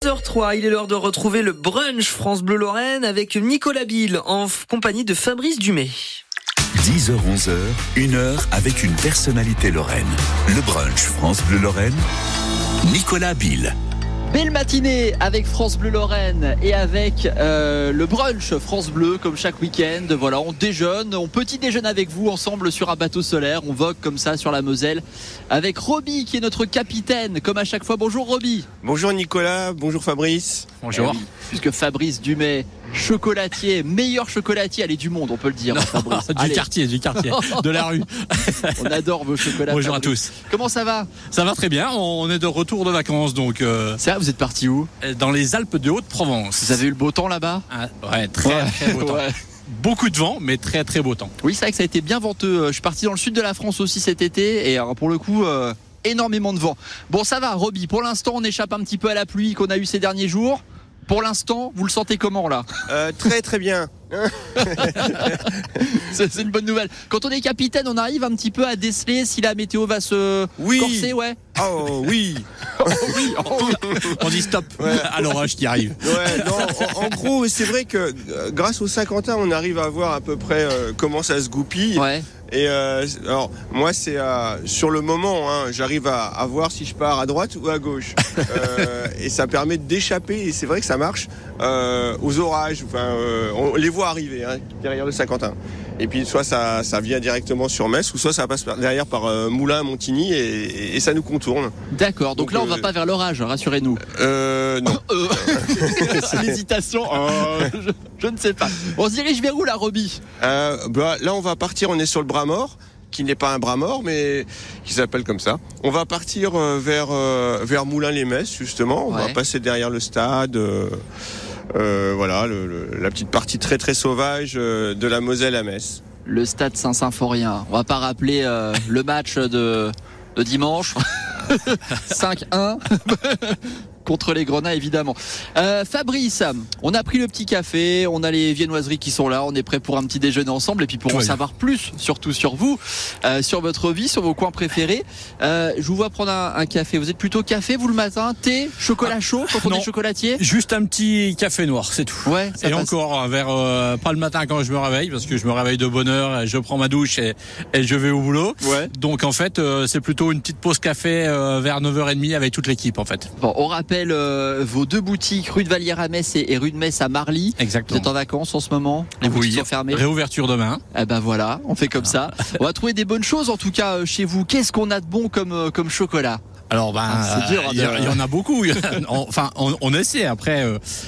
11h03, il est l'heure de retrouver le brunch France Bleu Lorraine avec Nicolas Bill en compagnie de Fabrice Dumay. 10h-11h, 1 heure avec une personnalité lorraine. Le brunch France Bleu Lorraine, Nicolas Bill. Belle matinée avec France Bleu Lorraine et avec le brunch France Bleu comme chaque week-end. Voilà, on déjeune, on petit déjeune avec vous ensemble sur un bateau solaire. On vogue comme ça sur la Moselle avec Roby qui est notre capitaine comme à chaque fois. Bonjour Roby. Bonjour Nicolas, bonjour Fabrice. Bonjour. Oui, puisque Fabrice Dumay, chocolatier, meilleur chocolatier, allez, du monde, on peut le dire. Non, Fabrice. du quartier, de la rue. On adore vos chocolats. Bonjour Fabrice. à tous. Comment ça va? Ça va très bien, on est de retour de vacances donc. Ça, vous êtes parti où? Dans les Alpes de Haute-Provence. Vous avez eu le beau temps là-bas? Ouais, très beau temps. Ouais. Beaucoup de vent, mais très très beau temps. Oui, c'est vrai que ça a été bien venteux. Je suis parti dans le sud de la France aussi cet été et pour le coup, énormément de vent. Bon, ça va, Roby. Pour l'instant, on échappe un petit peu à la pluie qu'on a eu ces derniers jours. Pour l'instant, vous le sentez comment là? Très très bien. C'est une bonne nouvelle. Quand on est capitaine, on arrive un petit peu à déceler si la météo va se corser, ouais. Oh oui. On dit stop à l'orage qui arrive. Ouais, non, en gros, c'est vrai que grâce au Saint-Quentin, on arrive à voir à peu près comment ça se goupille. Ouais. Et alors moi c'est sur le moment j'arrive à voir si je pars à droite ou à gauche et ça permet d'échapper et c'est vrai que ça marche aux orages. On les voit arriver derrière le Saint-Quentin. Et puis soit ça vient directement sur Metz ou soit ça passe derrière par Moulins, Montigny et ça nous contourne. D'accord, donc là on va pas vers l'orage, rassurez-nous. Non. L'hésitation, je ne sais pas. On se dirige vers où la Roby? Là on va partir, on est sur le bras mort, qui n'est pas un bras mort mais qui s'appelle comme ça. On va partir vers Moulins-les-Metz justement, on va passer derrière le stade. Voilà, la petite partie très très sauvage de la Moselle à Metz. Le stade Saint-Symphorien. On va pas rappeler le match de dimanche. 5-1 contre les Grenats évidemment. Fabrice, on a pris le petit café, on a les viennoiseries qui sont là, on est prêt pour un petit déjeuner ensemble et puis pour en savoir plus surtout sur vous, sur votre vie, sur vos coins préférés. Je vous vois prendre un café. Vous êtes plutôt café vous le matin, thé, chocolat chaud quand on est chocolatier? Juste un petit café noir, c'est tout. Ouais, et passe. Encore vers pas le matin quand je me réveille parce que je me réveille de bonne heure, je prends ma douche et je vais au boulot. Ouais. Donc en fait, c'est plutôt une petite pause café vers 9h30 avec toute l'équipe en fait. Bon, on rappelle vos deux boutiques, rue de Vallière à Metz et rue de Metz à Marly. Exactement. Vous êtes en vacances en ce moment? Les boutiques sont fermées. Réouverture demain. Eh ben voilà, on fait comme ça. On va trouver des bonnes choses en tout cas chez vous. Qu'est-ce qu'on a de bon comme chocolat? Alors c'est dur, il y en a beaucoup. Enfin, on essaie après.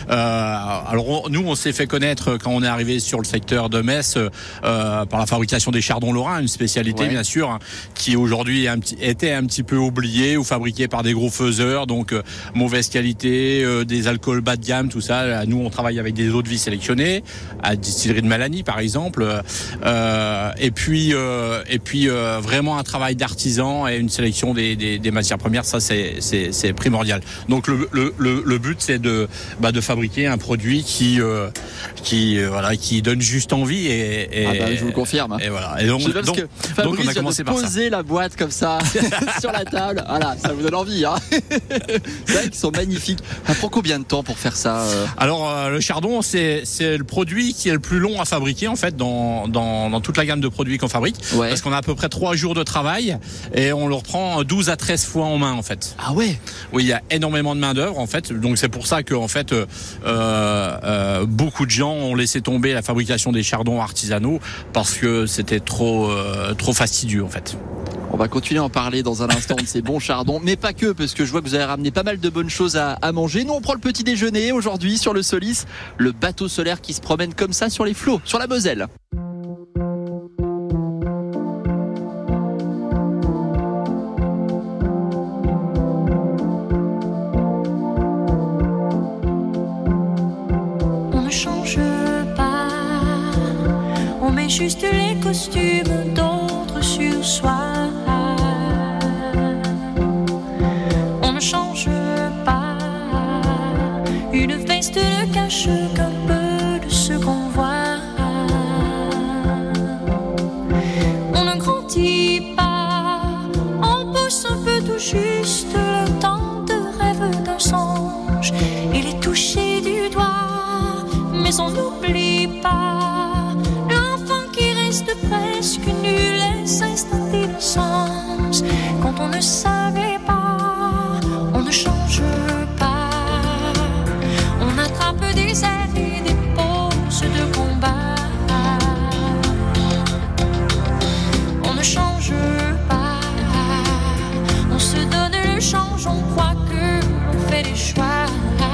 Alors nous, on s'est fait connaître quand on est arrivé sur le secteur de Metz par la fabrication des chardons lorrains, une spécialité bien sûr qui aujourd'hui était un petit peu oubliée ou fabriquée par des gros faiseurs, donc mauvaise qualité, des alcools bas de gamme, tout ça. Nous, on travaille avec des eaux de vie sélectionnées, à distillerie de Malany par exemple, et puis vraiment un travail d'artisan et une sélection des matières premières. Ça c'est primordial. Donc le but c'est de fabriquer un produit qui donne juste envie et je vous le confirme. Et voilà. Et donc on a commencé par ça. Poser la boîte comme ça sur la table. Voilà, ça vous donne envie. C'est vrai qu'ils sont magnifiques. Ça prend combien de temps pour faire ça? Alors le chardon c'est le produit qui est le plus long à fabriquer en fait dans toute la gamme de produits qu'on fabrique. Ouais. Parce qu'on a à peu près 3 jours de travail et on le reprend 12 à 13 fois en main en fait. Ah ouais. Oui, il y a énormément de main d'œuvre en fait. Donc c'est pour ça que en fait beaucoup de gens ont laissé tomber la fabrication des chardons artisanaux parce que c'était trop fastidieux en fait. On va continuer à en parler dans un instant de ces bons chardons, mais pas que, parce que je vois que vous avez ramené pas mal de bonnes choses à manger. Nous, on prend le petit déjeuner aujourd'hui sur le Solis, le bateau solaire qui se promène comme ça sur les flots, sur la Moselle. On ne change pas, on met juste les costumes d'autres sur soi. Une veste ne cache qu'un peu de ce qu'on voit. On ne grandit pas, on pousse un peu tout juste le temps de rêve d'un songe. il est touché du doigt, mais on n'oublie pas l'enfant qui reste presque nu, laisse instanter le sens. Quand on ne savait pas, on ne change pas. On attrape des airs et des poses de combat. On ne change pas. On se donne le change, on croit que l'on fait des choix.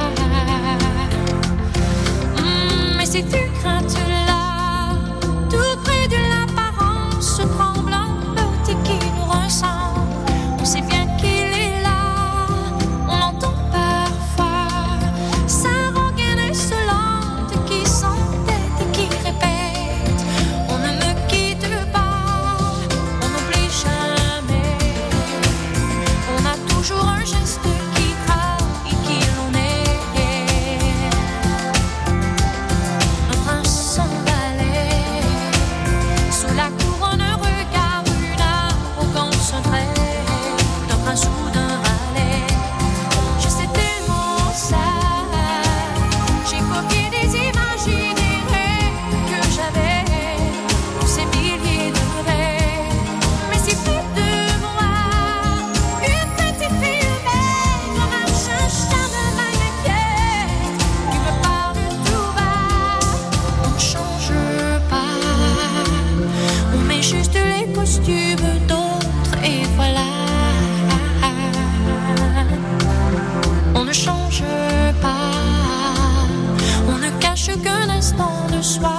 Mais ces craintes-là, tout près de l'apparence tremblante qui nous ressemble. On sait bien qu'il est là, on l'entend parfois. Sa rengaine insolente qui s'entête et qui répète: on ne me quitte pas, on n'oublie jamais. On a toujours un geste qui trahit qui l'on est. Un prince sans valet, sous la couronne regarde une arrogance vraie d'un prince ou d'un valet. Je sais tellement ça, j'ai copié des images et des rêves que j'avais, tous ces milliers de rêves. Mais si près de moi, une petite fille humaine marche un charme m'inquiète, qui me parle tout bas. On ne change pas, on met juste les costumes d'autres et voilà. On ne change pas, on ne cache qu'un instant de soi.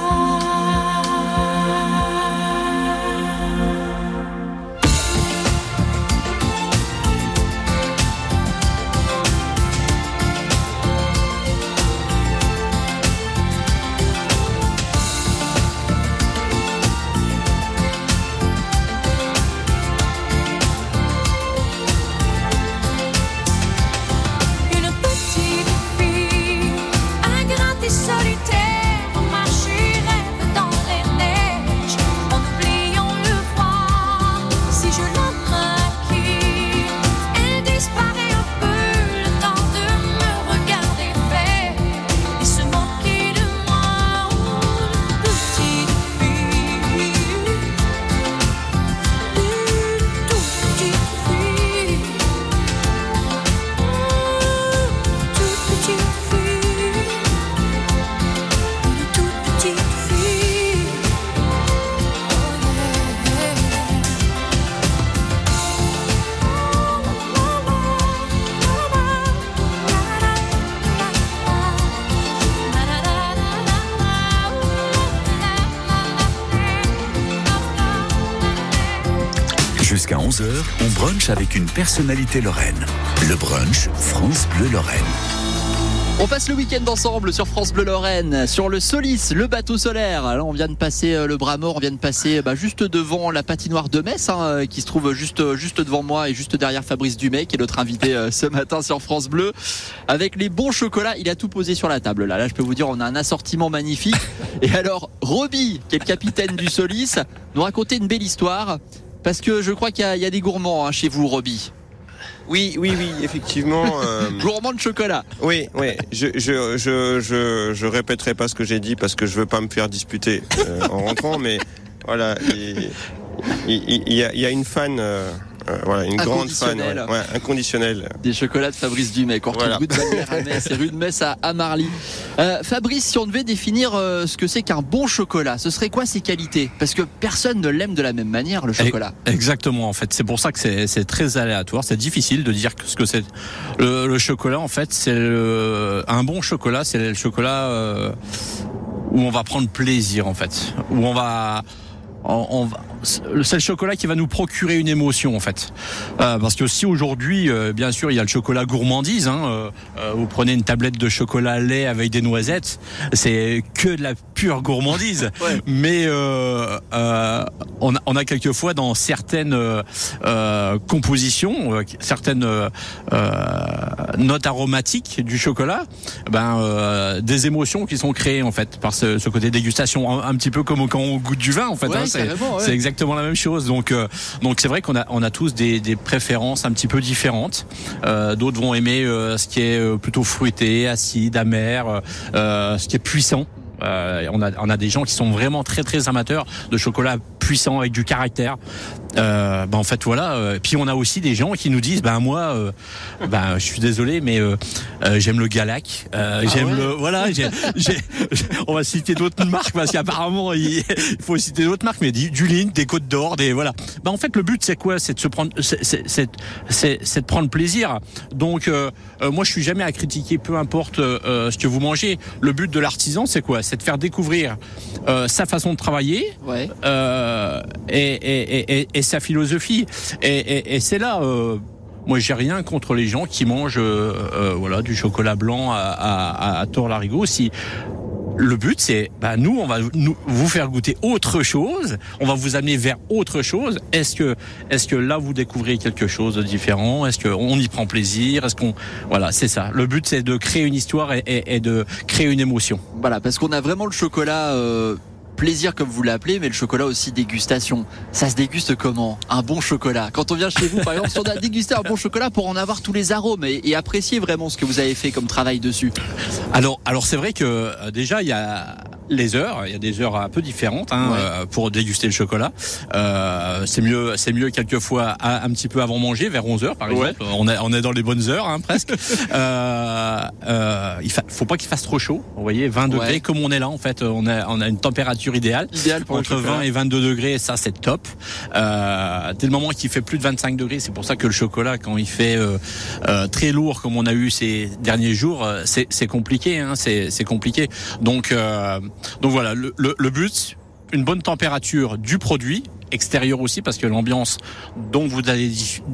Une petite fille, ingrate et solitaire, marche et rêve dans les neiges, en oubliant le froid. Si je la maquille, elle disparaît un peu, le temps de me regarder faire et se moquer de moi. Une petite fille, une toute petite fille, toute petite fille, une toute petite fille. Jusqu'à 11h, on brunch avec une personnalité lorraine. Le brunch France Bleu Lorraine. On passe le week-end ensemble sur France Bleu Lorraine, sur le Solis, le bateau solaire. Là, on vient de passer le bras mort, on vient de passer juste devant la patinoire de Metz, qui se trouve juste devant moi et juste derrière Fabrice Dumay, qui est notre invité ce matin sur France Bleu. Avec les bons chocolats, il a tout posé sur la table. Là, je peux vous dire, on a un assortiment magnifique. Et alors, Roby, qui est le capitaine du Solis, nous racontait une belle histoire. Parce que je crois qu'il y a des gourmands chez vous, Roby. Oui, effectivement. Gourmand de chocolat. Oui. Je répéterai pas ce que j'ai dit parce que je veux pas me faire disputer en rentrant, mais voilà, il y a une fan. Voilà, une grande fan, inconditionnelle. Des chocolats de Fabrice Dumay, qu'on retrouve rue de Vallière à Metz et rue de Metz à Marly. Fabrice, si on devait définir ce que c'est qu'un bon chocolat, ce serait quoi ses qualités? Parce que personne ne l'aime de la même manière, le chocolat. Exactement, en fait. C'est pour ça que c'est très aléatoire. C'est difficile de dire ce que c'est. Le chocolat, en fait, c'est un bon chocolat, c'est le chocolat où on va prendre plaisir, en fait. Où c'est le chocolat qui va nous procurer une émotion en fait, parce que si aujourd'hui bien sûr il y a le chocolat gourmandise, vous prenez une tablette de chocolat lait avec des noisettes, c'est que de la pure gourmandise. Ouais. Mais on a quelquefois dans certaines compositions, certaines notes aromatiques du chocolat, des émotions qui sont créées en fait par ce côté dégustation, un petit peu comme quand on goûte du vin en fait. Ouais, c'est exactement exactement la même chose. Donc c'est vrai qu'on a tous des préférences un petit peu différentes. D'autres vont aimer ce qui est plutôt fruité, acide, amer, ce qui est puissant. On a des gens qui sont vraiment très très amateurs de chocolat puissant avec du caractère. En fait voilà. Puis on a aussi des gens qui nous disent moi je suis désolé mais j'aime le Galac. J'aime le voilà. On va citer d'autres marques parce qu'apparemment il faut citer d'autres marques mais du Lindt, des Côtes d'Or, des voilà. En fait le but c'est quoi? C'est de se prendre c'est de prendre plaisir. Donc moi je suis jamais à critiquer peu importe ce que vous mangez. Le but de l'artisan c'est quoi? C'est de faire découvrir sa façon de travailler. Ouais. Et sa philosophie et c'est là moi j'ai rien contre les gens qui mangent du chocolat blanc à tort-larigot. Si le but c'est nous on va vous faire goûter autre chose, on va vous amener vers autre chose. Est-ce que là vous découvrez quelque chose de différent? Est-ce qu'on y prend plaisir? Est-ce qu'on voilà, c'est ça. Le but c'est de créer une histoire et de créer une émotion. Voilà, parce qu'on a vraiment le chocolat plaisir comme vous l'appelez, mais le chocolat aussi dégustation. Ça se déguste comment? Un bon chocolat. Quand on vient chez vous, par exemple, si on a dégusté un bon chocolat pour en avoir tous les arômes et apprécier vraiment ce que vous avez fait comme travail dessus. Alors c'est vrai que déjà il y a les heures, il y a des heures un peu différentes pour déguster le chocolat. C'est mieux quelquefois un petit peu avant manger, vers 11h par exemple. On est dans les bonnes heures presque. Il faut pas qu'il fasse trop chaud. Vous voyez, 20 degrés comme on est là en fait, on a une température idéale pour entre 20 et 22 degrés, ça c'est top. Dès le moment qu'il fait plus de 25 degrés, c'est pour ça que le chocolat quand il fait très lourd comme on a eu ces derniers jours, c'est compliqué c'est compliqué. Donc voilà, le but, une bonne température du produit, extérieur aussi, parce que l'ambiance dont vous allez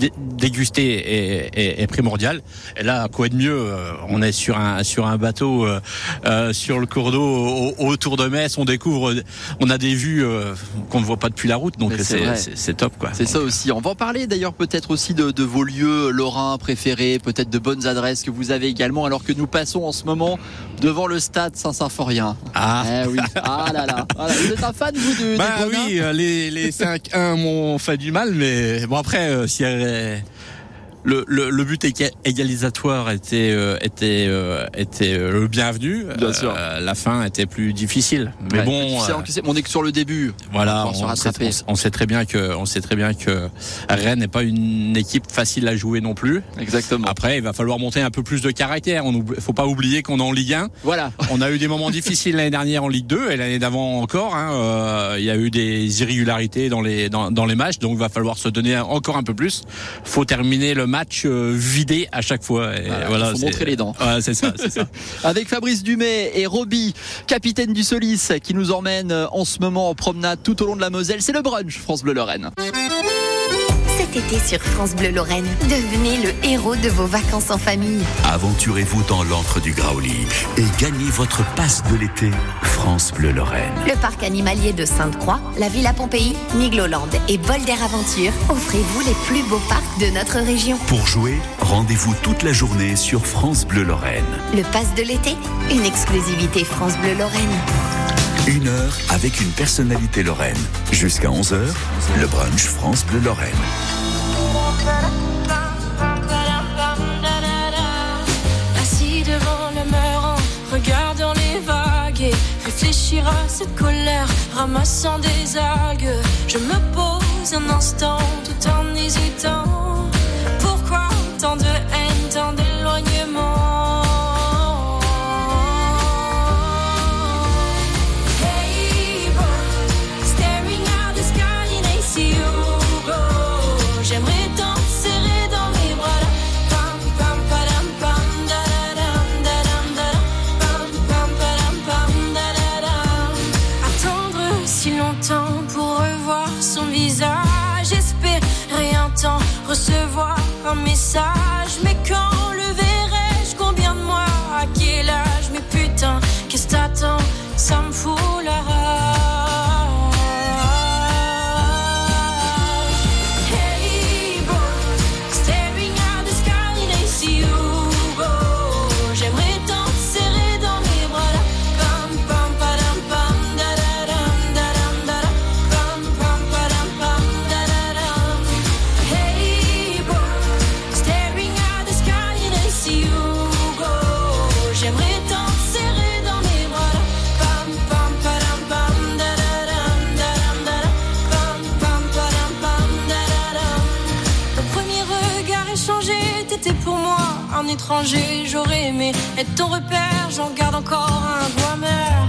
déguster est primordiale. Et là, quoi de mieux? On est sur un bateau sur le cours d'eau autour de Metz. On découvre, on a des vues qu'on ne voit pas depuis la route, donc c'est top quoi. C'est ça aussi. On va en parler d'ailleurs peut-être aussi de vos lieux lorrains préférés, peut-être de bonnes adresses que vous avez également, alors que nous passons en ce moment devant le stade Saint-Symphorien. Oui. Ah là là. Vous êtes un fan vous des Grenats? Oui, les 5-1 m'ont fait du mal, mais bon après s'il y avait le but égalisatoire était le bienvenu. Bien sûr. La fin était plus difficile. Mais bon, on est que sur le début. Voilà, on sait très bien que Rennes n'est pas une équipe facile à jouer non plus. Exactement. Après, il va falloir monter un peu plus de caractère. Faut pas oublier qu'on est en Ligue 1. Voilà. On a eu des moments difficiles l'année dernière en Ligue 2 et l'année d'avant encore. Il y a eu des irrégularités dans les matchs, donc il va falloir se donner encore un peu plus. Faut terminer le match vidé à chaque fois. Et voilà, faut montrer les dents. Ouais, c'est ça. Avec Fabrice Dumay et Roby, capitaine du Solis, qui nous emmène en ce moment en promenade tout au long de la Moselle. C'est le brunch France Bleu Lorraine. Cet été sur France Bleu Lorraine, devenez le héros de vos vacances en famille. Aventurez-vous dans l'antre du Graouli et gagnez votre passe de l'été France Bleu Lorraine. Le parc animalier de Sainte-Croix, la Villa Pompéi, Nigloland et Boulder Aventure, offrez-vous les plus beaux parcs de notre région. Pour jouer, rendez-vous toute la journée sur France Bleu Lorraine. Le pass de l'été, une exclusivité France Bleu Lorraine. 1 heure avec une personnalité lorraine. Jusqu'à 11h, le brunch France Bleu Lorraine. Assis devant le Meuron, regardant les vagues et réfléchir à cette colère, ramassant des algues. Je me pose un instant tout en hésitant. Pourquoi tant de haine, tant d'éloignement? J'aimerais tant te serrer dans mes bras là. Pam pam padam pam da da dam da dam da pam pam padam pam da da dam. Attendre si longtemps pour revoir son visage, espérer un temps recevoir un message, mais étranger. J'aurais aimé être ton repère, j'en garde encore un goût amer.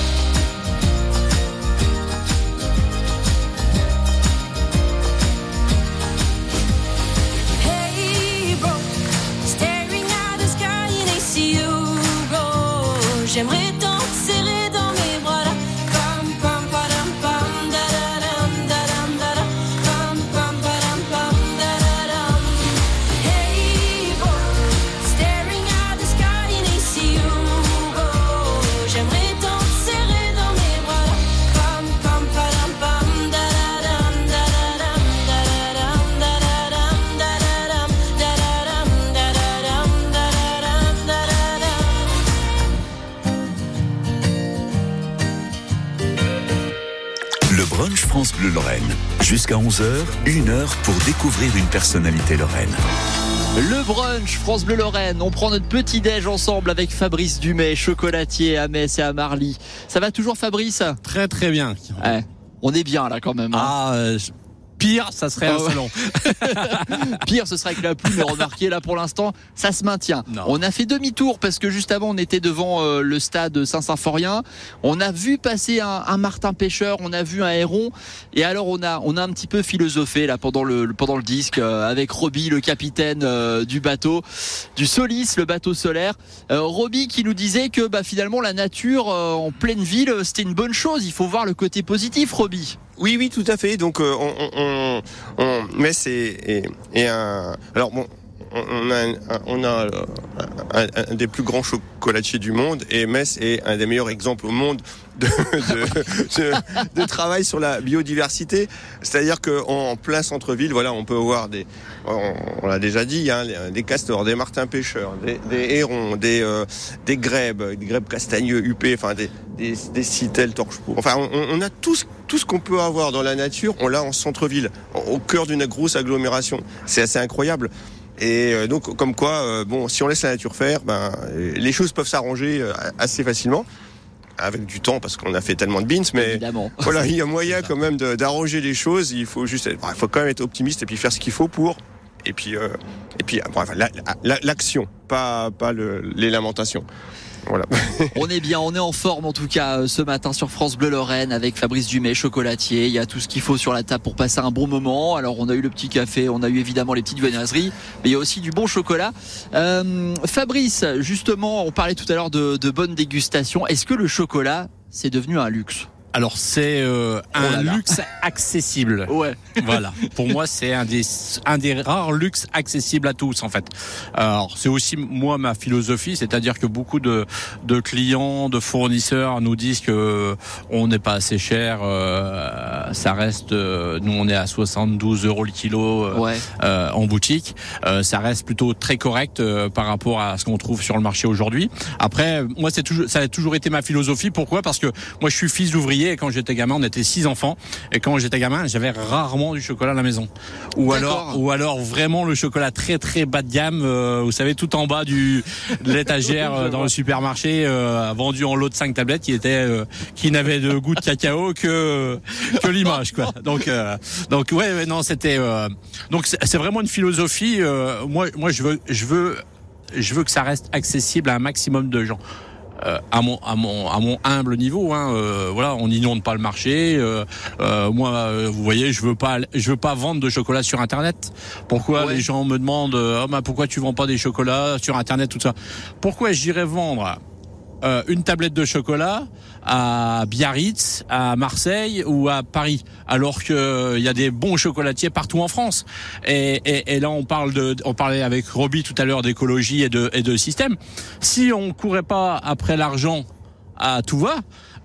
Hey bro, staring at the sky and I see you go. J'aimerais tant te serrer dans mes bras là. Pam pam padam pam da da dam da dam da da. Pam pam padam pam da da dam. Hey bro, staring at the sky and I see you go. J'aimerais tant te serrer dans mes bras là. Pam pam padam pam da da dam da da dam da da dam da da dam da da dam da da dam da da dam da da dam da da dam. Le brunch France Bleu Lorraine. Jusqu'à 11h, 1 heure pour découvrir une personnalité lorraine. Le brunch France Bleu Lorraine, on prend notre petit déj ensemble avec Fabrice Dumay, chocolatier à Metz et à Marly. Ça va toujours Fabrice ? Très très bien. Ouais, on est bien là quand même. Hein. Pire, ça serait un salon. Pire, ce serait avec la pluie, mais remarquez, là pour l'instant, ça se maintient. Non. On a fait demi-tour parce que juste avant, on était devant le stade Saint-Symphorien. On a vu passer un martin pêcheur, on a vu un héron. Et alors, on a un petit peu philosophé là pendant le disque avec Roby, le capitaine du bateau, du Solis, le bateau solaire. Roby qui nous disait que finalement, la nature en pleine ville, c'était une bonne chose. Il faut voir le côté positif, Roby. Oui, tout à fait. Donc, Metz est un. Alors bon, on a un des plus grands chocolatiers du monde, et Metz est un des meilleurs exemples au monde de travail sur la biodiversité. C'est-à-dire qu'en plein centre-ville, voilà, on peut voir on l'a déjà dit, hein, des castors, des martins pêcheurs, des hérons, des grèbes castagneux huppés, enfin des citelles torche-peau. Enfin, on a tout ce qu'on peut avoir dans la nature, on l'a en centre-ville, au cœur d'une grosse agglomération. C'est assez incroyable. Et donc, comme quoi, si on laisse la nature faire, les choses peuvent s'arranger assez facilement. Avec du temps, parce qu'on a fait tellement de beans, mais évidemment. Voilà, il y a moyen quand même d'arranger les choses. Il faut quand même être optimiste et puis faire ce qu'il faut pour. Et puis l'action, pas les lamentations. Voilà. On est bien, on est en forme en tout cas ce matin sur France Bleu Lorraine avec Fabrice Dumay, chocolatier. Il y a tout ce qu'il faut sur la table pour passer un bon moment. Alors on a eu le petit café, on a eu évidemment les petites viennoiseries, mais il y a aussi du bon chocolat. Fabrice, justement, on parlait tout à l'heure de bonne dégustation. Est-ce que le chocolat, c'est devenu un luxe ? Alors c'est un luxe accessible. Ouais. Voilà. Pour moi, c'est un des rares luxes accessibles à tous en fait. Alors c'est aussi moi ma philosophie, c'est-à-dire que beaucoup de clients, de fournisseurs nous disent que on n'est pas assez cher. Ça reste, nous on est à 72 € le kilo en boutique. Ça reste plutôt très correct par rapport à ce qu'on trouve sur le marché aujourd'hui. Après, moi ça a toujours été ma philosophie. Pourquoi ? Parce que moi je suis fils d'ouvrier. Et quand j'étais gamin, on était 6 enfants. Et quand j'étais gamin, j'avais rarement du chocolat à la maison. Ou alors vraiment le chocolat très très bas de gamme, vous savez, tout en bas de l'étagère dans le supermarché, vendu en lot de 5 tablettes, qui n'avait de goût de cacao que l'image, quoi. Donc ouais, non, c'était donc c'est vraiment une philosophie. Moi, je veux que ça reste accessible à un maximum de gens. À mon humble niveau, hein, voilà, on n'inonde pas le marché. Moi, vous voyez, je veux pas vendre de chocolat sur Internet. Pourquoi les gens me demandent, pourquoi tu vends pas des chocolats sur Internet, tout ça ? Pourquoi j'irais vendre une tablette de chocolat à Biarritz, à Marseille ou à Paris, alors que il y a des bons chocolatiers partout en France. Et là, on parlait avec Roby tout à l'heure d'écologie et de système. Si on courait pas après l'argent à tout va,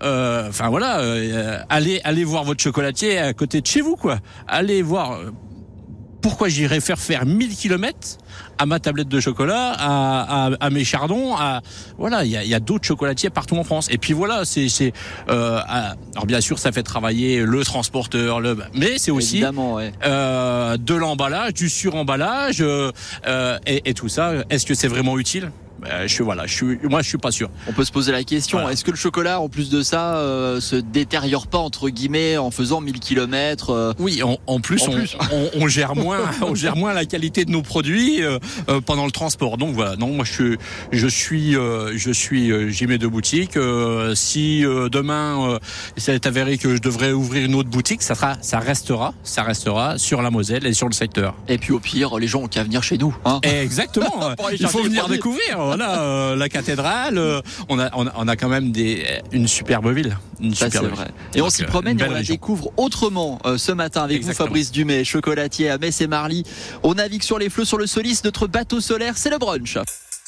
allez voir votre chocolatier à côté de chez vous, quoi. Allez voir. Pourquoi j'irais faire 1000 km à ma tablette de chocolat, à mes chardons, voilà, il y a d'autres chocolatiers partout en France. Et puis voilà, alors bien sûr, ça fait travailler le transporteur, mais c'est aussi de l'emballage, du suremballage, et tout ça. Est-ce que c'est vraiment utile ? Moi, je suis pas sûr. On peut se poser la question, Voilà. est-ce que le chocolat, en plus de ça, se détériore pas, entre guillemets, en faisant 1000 km Oui, en plus, on gère moins la qualité de nos produits pendant le transport. Donc voilà. Non, moi j'ai mes 2 boutiques. Si demain c'est avéré que je devrais ouvrir une autre boutique, ça restera sur la Moselle et sur le secteur. Et puis au pire, les gens ont qu'à venir chez nous. Hein. Exactement. Il faut venir découvrir. Voilà, la cathédrale. On a quand même une superbe ville. Ça, c'est vrai. Et on s'y promène et on la découvre autrement ce matin avec vous, Fabrice Dumay, chocolatier à Metz et Marly. On navigue sur les flots sur le Solis. Notre bateau solaire, c'est le brunch.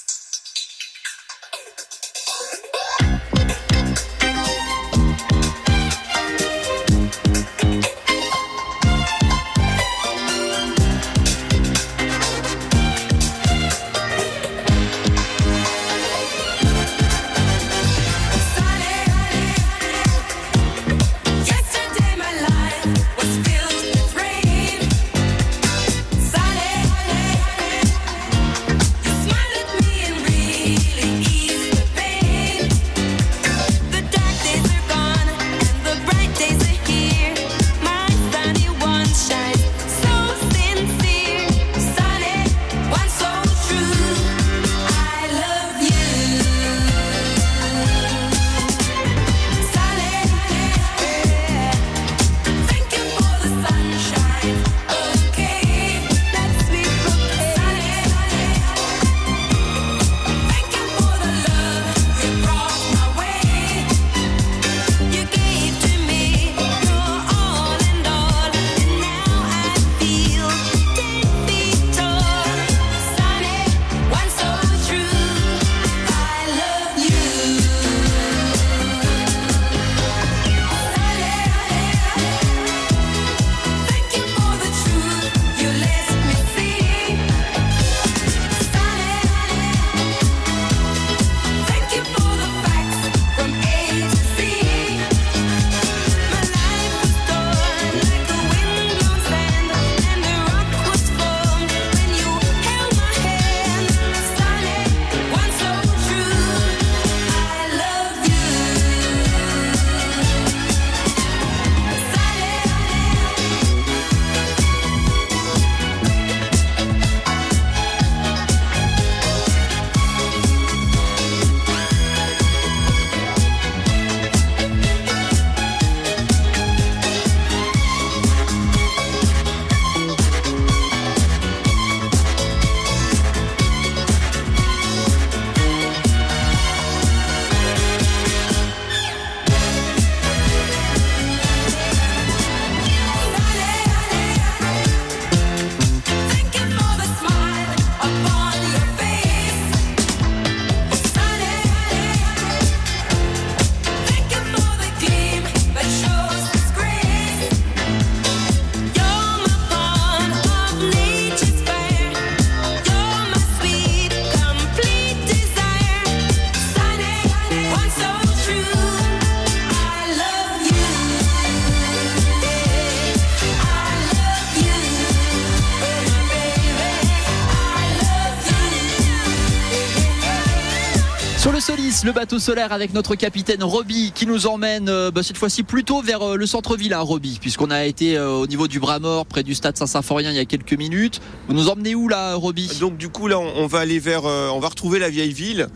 Sur le Solis, le bateau solaire avec notre capitaine Roby qui nous emmène cette fois-ci plutôt vers le centre-ville, hein, Roby, puisqu'on a été au niveau du Bras-Mort, près du stade Saint-Symphorien il y a quelques minutes. Vous nous emmenez où là, Roby ? Donc du coup là, on va aller on va retrouver la vieille ville.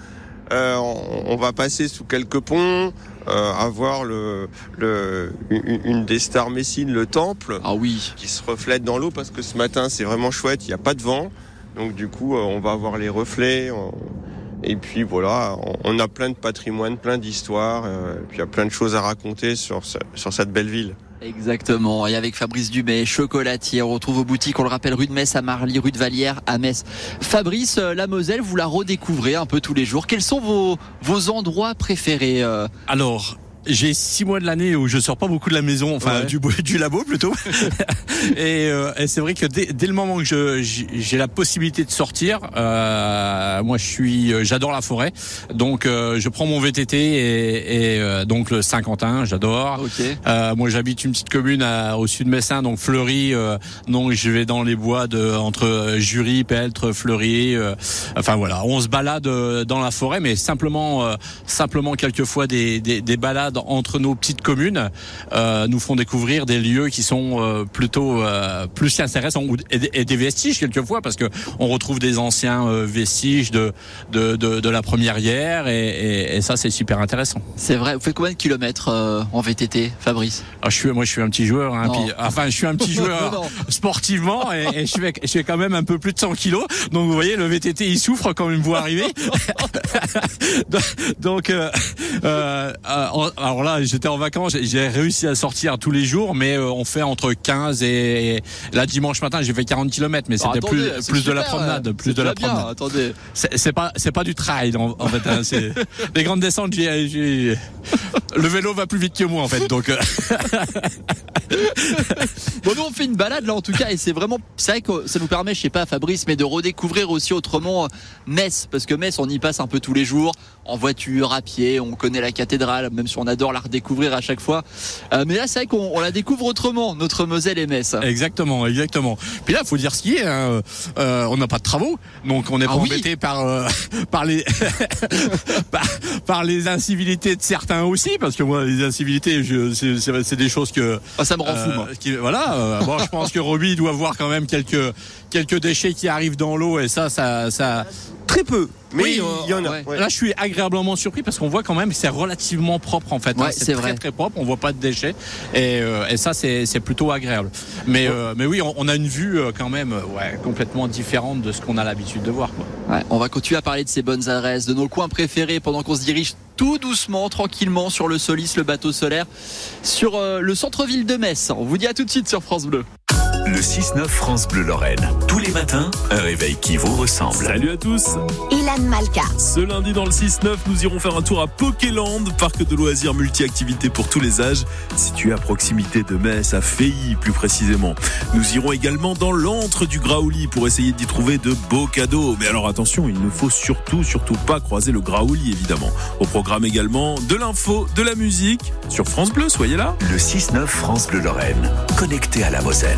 On va passer sous quelques ponts, avoir une des stars messines, le temple, qui se reflète dans l'eau parce que ce matin c'est vraiment chouette, il n'y a pas de vent. Donc du coup on va avoir les reflets. Et puis voilà, on a plein de patrimoine, plein d'histoires, puis il y a plein de choses à raconter sur cette belle ville. Exactement, et avec Fabrice Dumay, chocolatier, on retrouve aux boutiques, on le rappelle, rue de Metz à Marly, rue de Vallière à Metz. Fabrice, la Moselle, vous la redécouvrez un peu tous les jours. Quels sont vos endroits préférés ? Alors, j'ai 6 mois de l'année où je sors pas beaucoup de la maison, enfin du labo plutôt. et c'est vrai que dès le moment que j'ai la possibilité de sortir, moi j'adore la forêt, donc je prends mon VTT et donc le Saint-Quentin, j'adore. Okay. Moi j'habite une petite commune au sud de Messin, donc Fleury, donc je vais dans les bois entre Jury, Peltre, Fleury. Enfin voilà, on se balade dans la forêt, mais simplement quelquefois des balades entre nos petites communes nous font découvrir des lieux qui sont plutôt plus intéressants et des vestiges quelquefois, parce que on retrouve des anciens vestiges de la première guerre et ça c'est super intéressant. C'est vrai. Vous faites combien de kilomètres en VTT, Fabrice? Je suis un petit joueur, hein, je suis un petit joueur sportivement et je fais quand même un peu plus de 100 kilos, donc vous voyez le VTT il souffre quand il me voit arriver. Donc alors là j'étais en vacances, j'ai réussi à sortir tous les jours, mais on fait entre 15 et là dimanche matin j'ai fait 40 km, mais c'était plus de la promenade, promenade. Attendez. C'est pas du trail en fait, hein, c'est les grandes descentes. Le vélo va plus vite que moi en fait, donc. Bon, nous on fait une balade là en tout cas, et c'est vrai que ça nous permet, je sais pas Fabrice, mais de redécouvrir aussi autrement Metz, parce que Metz on y passe un peu tous les jours, en voiture, à pied, on connaît la cathédrale, même si on adore la redécouvrir à chaque fois, mais là c'est vrai qu'on la découvre autrement, notre Moselle et Metz. Exactement. Puis là faut dire ce qui est, hein, on n'a pas de travaux, donc on n'est pas embêté par les par les incivilités de certains aussi, parce que moi les incivilités c'est des choses que ça me rend fou moi. Bon, je pense que Roby doit voir quand même quelques déchets qui arrivent dans l'eau, et ça Très peu, mais oui, il y en a. Ouais. Là, je suis agréablement surpris parce qu'on voit quand même que c'est relativement propre en fait. Ouais, c'est vrai. Très propre. On voit pas de déchets et ça c'est plutôt agréable. Mais oui, on a une vue quand même complètement différente de ce qu'on a l'habitude de voir, quoi. Ouais, on va continuer à parler de ces bonnes adresses, de nos coins préférés, pendant qu'on se dirige tout doucement, tranquillement sur le Solis, le bateau solaire, sur le centre-ville de Metz. On vous dit à tout de suite sur France Bleu. Le 6-9 France Bleu Lorraine. Tous les matins, un réveil qui vous ressemble. Salut à tous. Ilan Malka. Ce lundi dans le 6-9, nous irons faire un tour à Pokéland, parc de loisirs multi-activités pour tous les âges, situé à proximité de Metz, à Feilly plus précisément. Nous irons également dans l'antre du Graouli pour essayer d'y trouver de beaux cadeaux. Mais alors attention, il ne faut surtout pas croiser le Graouli évidemment. Au programme également de l'info, de la musique sur France Bleu, soyez là. Le 6-9 France Bleu Lorraine, connecté à la Moselle.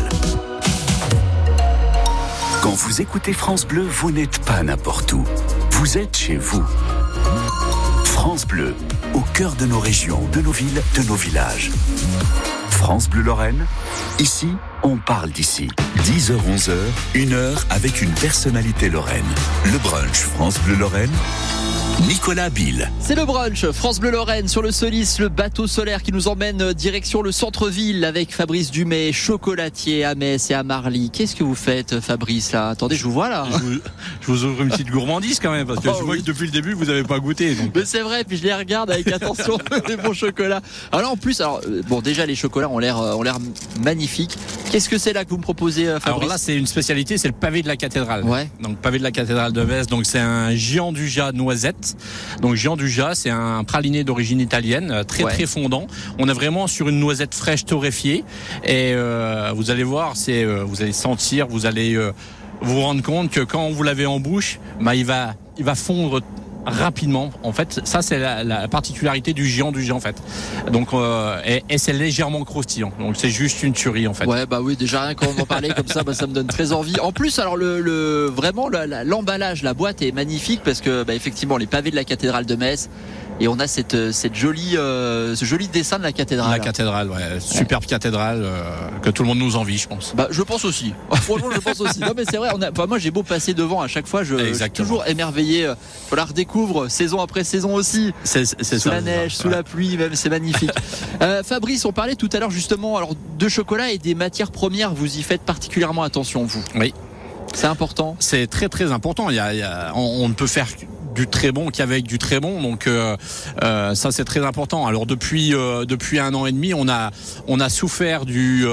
Quand vous écoutez France Bleu, vous n'êtes pas n'importe où. Vous êtes chez vous. France Bleu, au cœur de nos régions, de nos villes, de nos villages. France Bleu Lorraine, ici, on parle d'ici. 10h-11h, 1 heure avec une personnalité lorraine. Le brunch France Bleu Lorraine, Nicolas Bill. C'est le brunch France Bleu Lorraine sur le Solis, le bateau solaire qui nous emmène direction le centre-ville avec Fabrice Dumay, chocolatier à Metz et à Marly. Qu'est-ce que vous faites, Fabrice, là? Attendez, je vous vois là. Je vous ouvre une petite gourmandise quand même, parce que je vois que depuis le début vous n'avez pas goûté. Donc. Mais c'est vrai, puis je les regarde avec attention, les bons chocolats. Alors en plus, bon déjà les chocolats ont l'air magnifiques. Qu'est-ce que c'est là que vous me proposez, Fabrice? Alors là c'est une spécialité, c'est le pavé de la cathédrale. Ouais. Donc pavé de la cathédrale de Metz, donc c'est un Géant du Jas noisette. Donc Géant du Jas, c'est un praliné d'origine italienne, très fondant. On est vraiment sur une noisette fraîche torréfiée et vous allez voir, vous allez sentir, vous allez vous rendre compte que quand vous l'avez en bouche, il va fondre rapidement. En fait, ça c'est la particularité du Géant du Jas en fait. Donc et c'est légèrement croustillant. Donc c'est juste une tuerie en fait. Ouais, bah oui, déjà rien quand on en parlait comme ça, ça me donne très envie. En plus, alors vraiment l'emballage, la boîte est magnifique parce que effectivement les pavés de la cathédrale de Metz. Et on a ce joli dessin de la cathédrale. La cathédrale, superbe cathédrale que tout le monde nous envie, je pense. Bah, je pense aussi. Franchement, je pense aussi. Non, mais c'est vrai. Moi, j'ai beau passer devant à chaque fois, je suis toujours émerveillé. Je la redécouvre saison après saison aussi. C'est sous ça, la neige, sous la pluie, même, c'est magnifique. Fabrice, on parlait tout à l'heure justement, de chocolat et des matières premières. Vous y faites particulièrement attention, vous. Oui. C'est important. C'est très très important. On ne peut faire du très bon qu'avec du très bon. Donc ça c'est très important. Alors depuis 1 an et demi, on a souffert des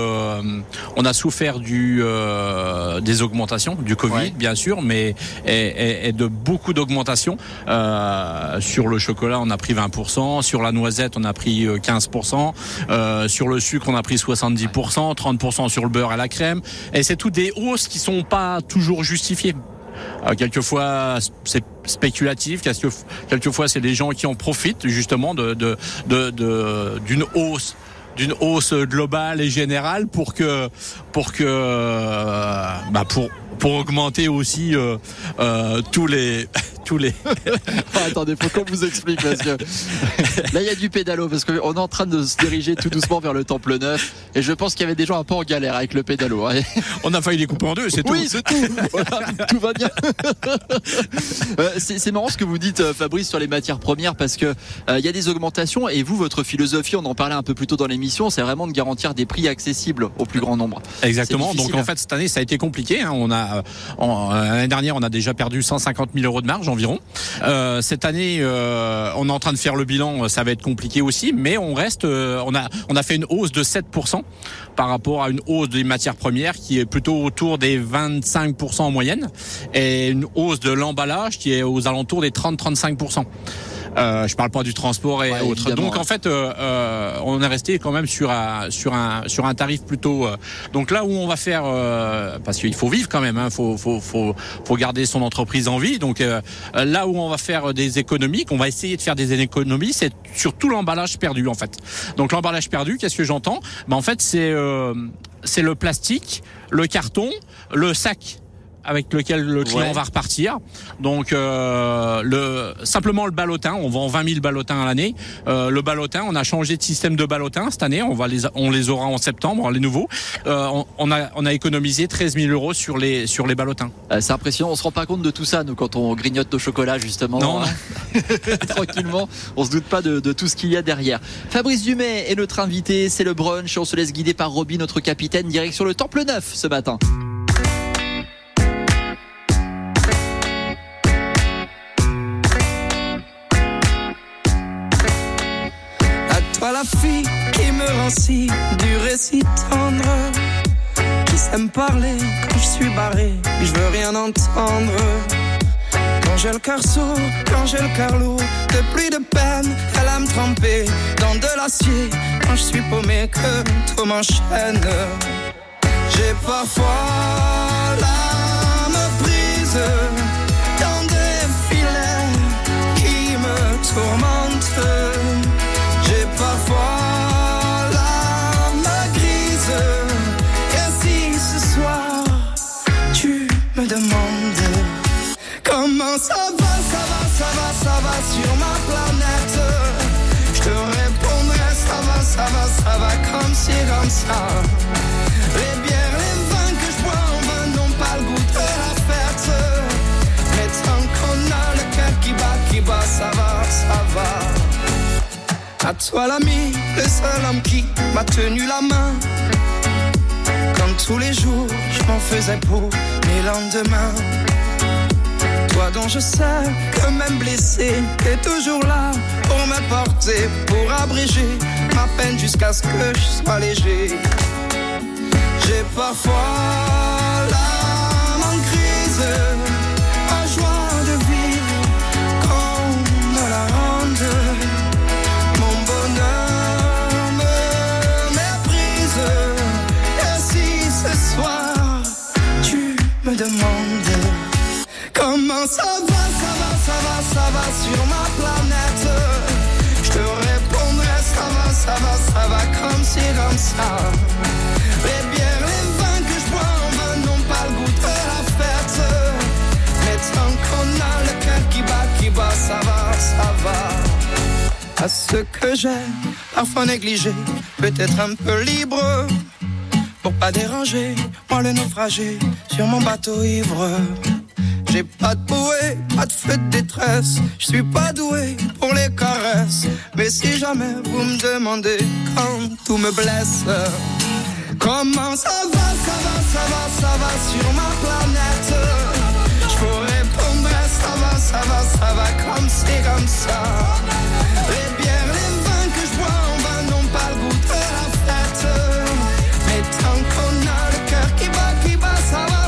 augmentations du Covid, bien sûr, mais et de beaucoup d'augmentations. Sur le chocolat, on a pris 20%, sur la noisette, on a pris 15%, sur le sucre, on a pris 70%, 30% sur le beurre et la crème. Et c'est toutes des hausses qui sont pas toujours justifiées. Quelquefois c'est spéculatif, quelquefois c'est des gens qui en profitent justement d'une hausse globale et générale pour augmenter aussi tous les attendez, faut qu'on vous explique parce que là il y a du pédalo parce qu'on est en train de se diriger tout doucement vers le Temple Neuf et je pense qu'il y avait des gens un peu en galère avec le pédalo. On a failli les couper en deux, c'est tout. Oui, c'est tout. Voilà, tout va bien. C'est marrant ce que vous dites, Fabrice, sur les matières premières parce que il y a des augmentations et vous, votre philosophie, on en parlait un peu plus tôt dans l'émission, c'est vraiment de garantir des prix accessibles au plus grand nombre. Exactement. Donc en fait cette année ça a été compliqué. L'année dernière on a déjà perdu 150 000 euros de marge environ. Cette année, on est en train de faire le bilan, ça va être compliqué aussi, mais on reste, on a fait une hausse de 7% par rapport à une hausse des matières premières qui est plutôt autour des 25% en moyenne, et une hausse de l'emballage qui est aux alentours des 30-35%. Je parle pas du transport et autres. Donc en fait, on est resté quand même sur un tarif plutôt. Donc là où on va faire, parce qu'il faut vivre quand même, faut garder son entreprise en vie. Donc là où on va faire des économies, qu'on va essayer de faire des économies, c'est sur tout l'emballage perdu en fait. Donc l'emballage perdu, qu'est-ce que j'entends ? En fait c'est le plastique, le carton, le sac avec lequel le client va repartir. Donc simplement le ballotin, on vend 20 000 ballotins à l'année. Le ballotin, on a changé de système de ballotin cette année. On les aura en septembre, les nouveaux. On a économisé 13 000 euros sur les ballotins. C'est impressionnant. On se rend pas compte de tout ça, nous, quand on grignote nos chocolats, justement. Non. Tranquillement. On se doute pas de tout ce qu'il y a derrière. Fabrice Dumais est notre invité. C'est le brunch. On se laisse guider par Roby, notre capitaine, direction le Temple Neuf ce matin. La fille qui me rend si dur et si tendre, qui sait me parler quand je suis barré, je veux rien entendre. Quand j'ai le cœur sourd, quand j'ai le cœur lourd, de pluie de peine, elle a me tremper dans de l'acier. Quand je suis paumé, que tout m'enchaîne. J'ai parfois l'âme prise dans des filets qui me tourmentent. J'ai parfois l'âme grise. Et si ce soir tu me demandes comment ça va sur ma planète, je te répondrai ça va comme ci, comme ça. Les bières, les vins que je bois en vain n'ont pas le goût de la fête. Mais tant qu'on a le cœur qui bat, ça va. À toi l'ami, le seul homme qui m'a tenu la main. Comme tous les jours, je m'en faisais pour mes lendemains. Toi dont je sais que même blessé, t'es toujours là pour me porter, pour abréger ma peine jusqu'à ce que je sois léger. J'ai parfois l'âme en crise, la joie de vivre qu'on me la rende. Me demande comment ça va sur ma planète. Je te répondrai ça va comme ci, comme ça. Les bières, les vins que je bois en vain n'ont pas le goût de la fête. Mais tant qu'on a le cœur qui bat, ça va. À ce que j'ai parfois négligé, peut-être un peu libre. Pour pas déranger, moi le naufragé sur mon bateau ivre. J'ai pas de bouée, pas de feu de détresse. Je suis pas doué pour les caresses. Mais si jamais vous me demandez quand tout me blesse, comment ça va sur ma planète, je vous répondrai ça va ça va comme c'est comme ça. Les bières, les vins que je bois en vin n'ont pas le goût de la fête. Mais tant qu'on a le cœur qui bat, ça va.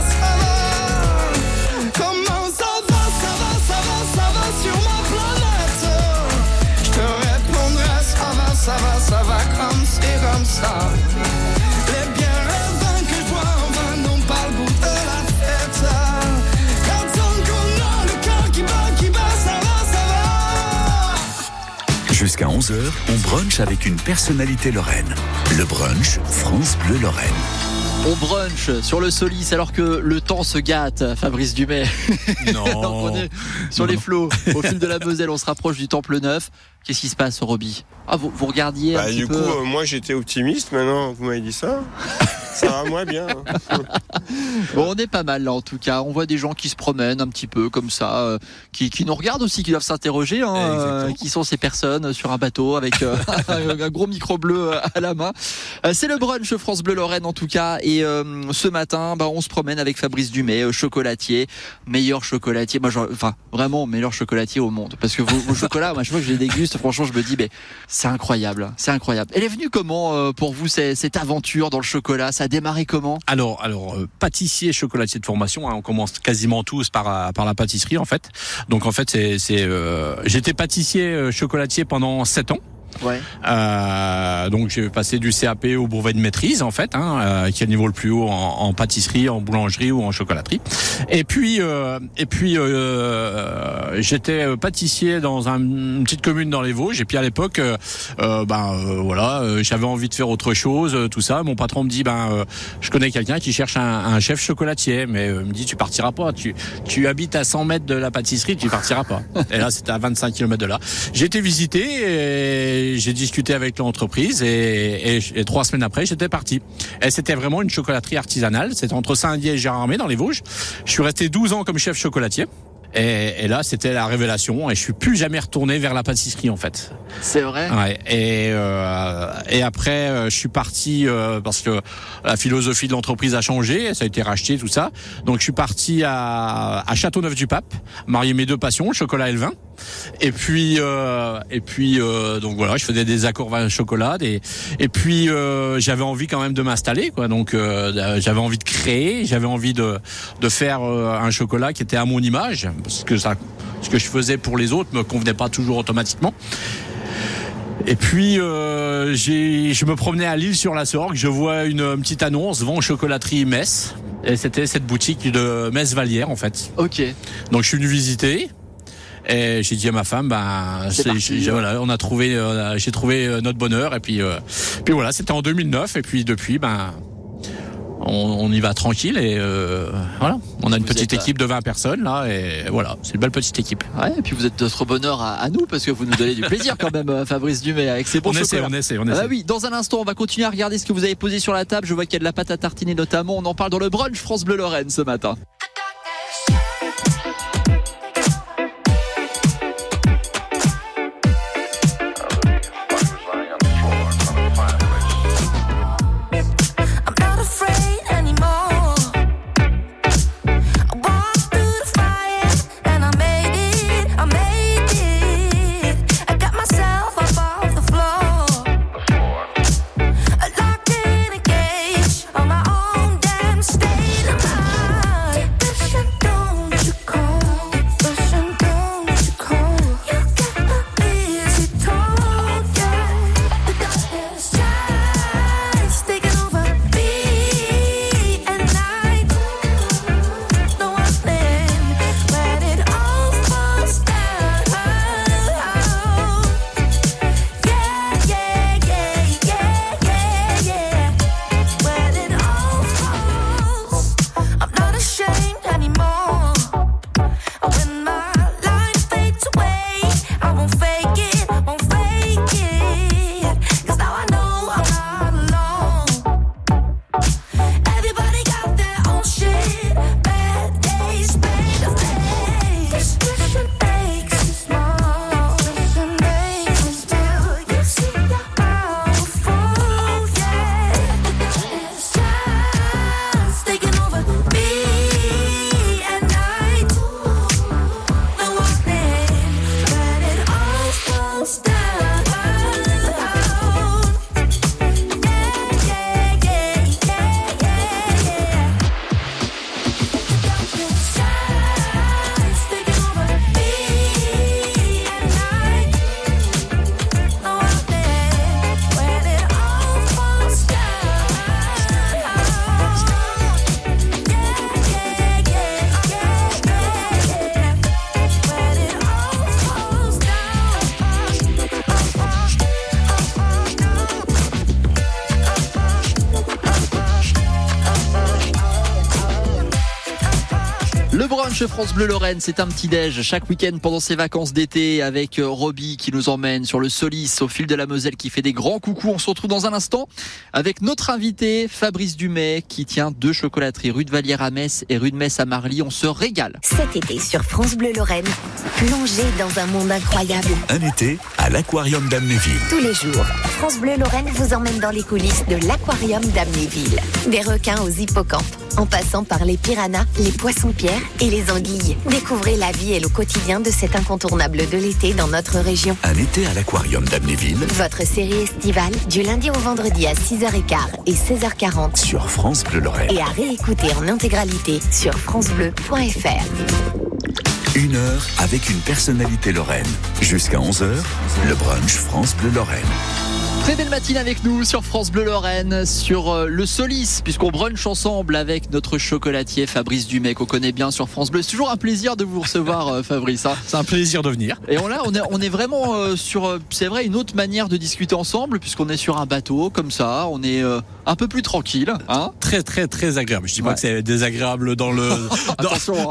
Comment ça va sur ma planète? Je te répondrai, ça va comme c'est comme ça. Les bières, les vins que je bois en vin n'ont pas le goût de la fête. Car tant qu'on a le cœur qui bat, ça va. Jusqu'à 11h, on brunch avec une personnalité lorraine. Le brunch France Bleu Lorraine. On brunch sur le Solis alors que le temps se gâte, Fabrice Dumais. Non. On est sur les flots, au fil de la Moselle, on se rapproche du Temple Neuf. Qu'est-ce qui se passe, Roby? Ah, vous regardiez un petit du peu. coup, moi j'étais optimiste, maintenant vous m'avez dit ça. Ça va moins bien. Bon, on est pas mal là en tout cas. On voit des gens qui se promènent un petit peu comme ça, qui nous regardent aussi, qui doivent s'interroger. Qui sont ces personnes sur un bateau avec un gros micro bleu à la main. C'est le brunch France Bleu Lorraine en tout cas. Et ce matin, on se promène avec Fabrice Dumais, chocolatier, meilleur chocolatier. Moi, vraiment meilleur chocolatier au monde. Parce que vos chocolats, moi, je vois que je les déguste. Franchement, je me dis, c'est incroyable, c'est incroyable. Elle est venue comment pour vous cette aventure dans le chocolat? Ça a démarré comment? Alors, pâtissier, chocolatier de formation, on commence quasiment tous par la pâtisserie en fait. Donc en fait, j'étais pâtissier chocolatier pendant 7 ans. Ouais. Donc j'ai passé du CAP au brevet de maîtrise en fait, qui est le niveau le plus haut en pâtisserie, en boulangerie ou en chocolaterie. Et puis j'étais pâtissier dans une petite commune dans les Vosges. Et puis à l'époque, j'avais envie de faire autre chose, tout ça. Mon patron me dit, je connais quelqu'un qui cherche un chef chocolatier, mais me dit tu partiras pas. Tu habites à 100 mètres de la pâtisserie, tu partiras pas. Et là c'était à 25 km de là. J'ai été visiter et j'ai discuté avec l'entreprise et 3 semaines après, j'étais parti. Et c'était vraiment une chocolaterie artisanale. C'était entre Saint-Dié et Gérardmer dans les Vosges. Je suis resté 12 ans comme chef chocolatier. Et là, c'était la révélation. Et je suis plus jamais retourné vers la pâtisserie, en fait. C'est vrai. Ouais. Et après, je suis parti parce que la philosophie de l'entreprise a changé. Ça a été racheté, tout ça. Donc, je suis parti à Châteauneuf-du-Pape, marier mes 2 passions, le chocolat et le vin. Et puis donc voilà, je faisais des accords vin chocolat et puis j'avais envie quand même de m'installer quoi. Donc j'avais envie de créer, j'avais envie de faire un chocolat qui était à mon image parce que ce que je faisais pour les autres me convenait pas toujours automatiquement. Et puis je me promenais à Lille sur la Sorgue, je vois une petite annonce vend chocolaterie Metz et c'était cette boutique de Metz Vallière en fait. OK. Donc je suis venu visiter. Et j'ai dit à ma femme, on a trouvé, j'ai trouvé notre bonheur. Et puis voilà, c'était en 2009. Et puis depuis, on y va tranquille. Et voilà, on a une petite équipe de 20 personnes là. Et voilà, c'est une belle petite équipe. Ouais, et puis vous êtes notre bonheur à nous parce que vous nous donnez du plaisir quand même, Fabrice Dumais, avec ces bons chocolats. On essaie. Oui, dans un instant, on va continuer à regarder ce que vous avez posé sur la table. Je vois qu'il y a de la pâte à tartiner notamment. On en parle dans le brunch France Bleu Lorraine ce matin. Locked in a cage on my own damn state of mind. brunch France Bleu Lorraine, c'est un petit déj chaque week-end pendant ses vacances d'été avec Roby qui nous emmène sur le Solis au fil de la Moselle qui fait des grands coucous. On se retrouve dans un instant avec notre invité Fabrice Dumay qui tient 2 chocolateries rue de Vallière à Metz et rue de Metz à Marly. On se régale. Cet été sur France Bleu Lorraine, plongez dans un monde incroyable. Un été à l'Aquarium d'Amnéville. Tous les jours, France Bleu Lorraine vous emmène dans les coulisses de l'Aquarium d'Amnéville. Des requins aux hippocampes, en passant par les piranhas, les poissons-pierres et les anguilles. Découvrez la vie et le quotidien de cet incontournable de l'été dans notre région. Un été à l'Aquarium d'Amnéville. Votre série estivale du lundi au vendredi à 6h15 et 16h40 sur France Bleu Lorraine. Et à réécouter en intégralité sur francebleu.fr. 1 heure avec une personnalité lorraine. Jusqu'à 11h, le brunch France Bleu Lorraine. Très belle matinée avec nous sur France Bleu Lorraine, sur le Solis, puisqu'on brunch ensemble avec notre chocolatier Fabrice Dumay, qu'on connaît bien sur France Bleu. C'est toujours un plaisir de vous recevoir, Fabrice. Hein. C'est un plaisir de venir. Et on est vraiment sur, c'est vrai, une autre manière de discuter ensemble, puisqu'on est sur un bateau, comme ça, on est un peu plus tranquille. Hein, très, très, très agréable. Je dis pas que c'est désagréable dans le... Attention,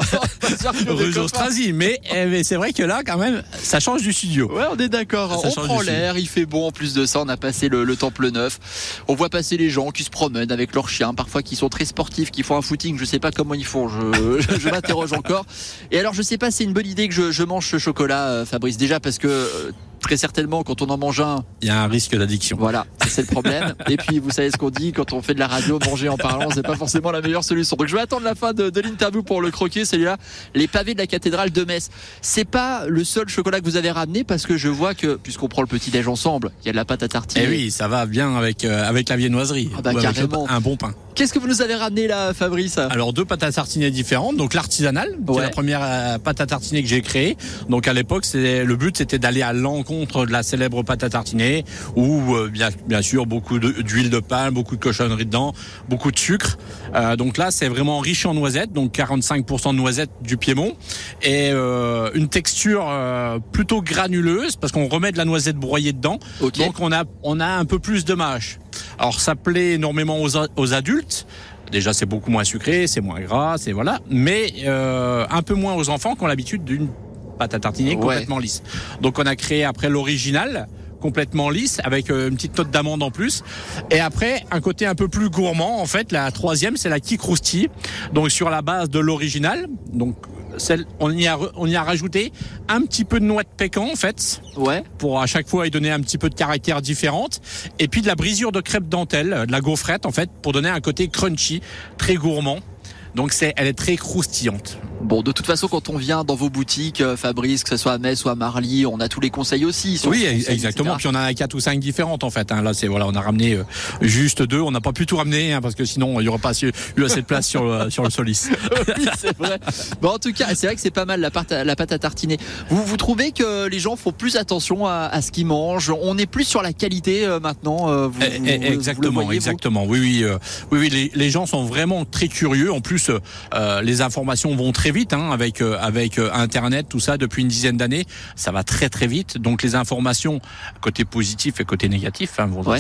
rue Austrasie, mais c'est vrai que là, quand même, ça change du studio. Ouais, on est d'accord. On prend l'air, il fait bon. En plus de ça, on a passé le Temple Neuf. On voit passer les gens qui se promènent avec leurs chiens, parfois qui sont très sportifs, qui font un footing. Je sais pas comment ils font. Je m'interroge encore. Et alors, je sais pas, c'est une bonne idée que je mange ce chocolat, Fabrice. Déjà parce que très certainement, quand on en mange un, il y a un risque d'addiction. Voilà, c'est le problème. Et puis, vous savez ce qu'on dit quand on fait de la radio, manger en parlant, c'est pas forcément la meilleure solution. Donc, je vais attendre la fin de l'interview pour le croquer. Celui-là, les pavés de la cathédrale de Metz. C'est pas le seul chocolat que vous avez ramené parce que je vois que, puisqu'on prend le petit déj ensemble, il y a de la pâte à tartiner. Et oui, ça va bien avec la viennoiserie. Ah bah, carrément. Un bon pain. Qu'est-ce que vous nous avez ramené là, Fabrice? Alors 2 pâtes à tartiner différentes. Donc l'artisanale, qui est la première pâte à tartiner que j'ai créée. Donc à l'époque, le but c'était d'aller à l'encontre de la célèbre pâte à tartiner, où bien sûr beaucoup d'huile de palme, beaucoup de cochonnerie dedans, beaucoup de sucre. Donc là, c'est vraiment riche en noisettes, donc 45% de noisettes du Piémont, et une texture plutôt granuleuse parce qu'on remet de la noisette broyée dedans. Okay. Donc on a un peu plus de mâche. Alors ça plaît énormément aux adultes. Déjà c'est beaucoup moins sucré, c'est moins gras, c'est voilà, mais un peu moins aux enfants qui ont l'habitude d'une pâte à tartiner complètement lisse. Donc on a créé après l'original, complètement lisse, avec une petite note d'amande en plus. Et après, un côté un peu plus gourmand, en fait, la troisième, c'est la qui croustille. Donc sur la base de l'original, donc on y a rajouté un petit peu de noix de pécan en fait, pour à chaque fois y donner un petit peu de caractère différente, et puis de la brisure de crêpe dentelle, de la gaufrette en fait, pour donner un côté crunchy, très gourmand. Donc elle est très croustillante. Bon, de toute façon, quand on vient dans vos boutiques, Fabrice, que ce soit à Metz ou à Marly, on a tous les conseils aussi. Oui, exactement. Puis on en a 4 ou 5 différentes en fait. Là, on a ramené juste 2. On n'a pas pu tout ramener parce que sinon il n'y aurait pas eu assez de place sur le Solis. Oui, c'est vrai. Bon, en tout cas, c'est vrai que c'est pas mal la pâte à tartiner. Vous trouvez que les gens font plus attention à ce qu'ils mangent? On est plus sur la qualité maintenant. Exactement, vous le voyez, exactement. Oui. Les gens sont vraiment très curieux. En plus, les informations vont très vite avec Internet, tout ça depuis une dizaine d'années, ça va très très vite. Donc les informations côté positif et côté négatif,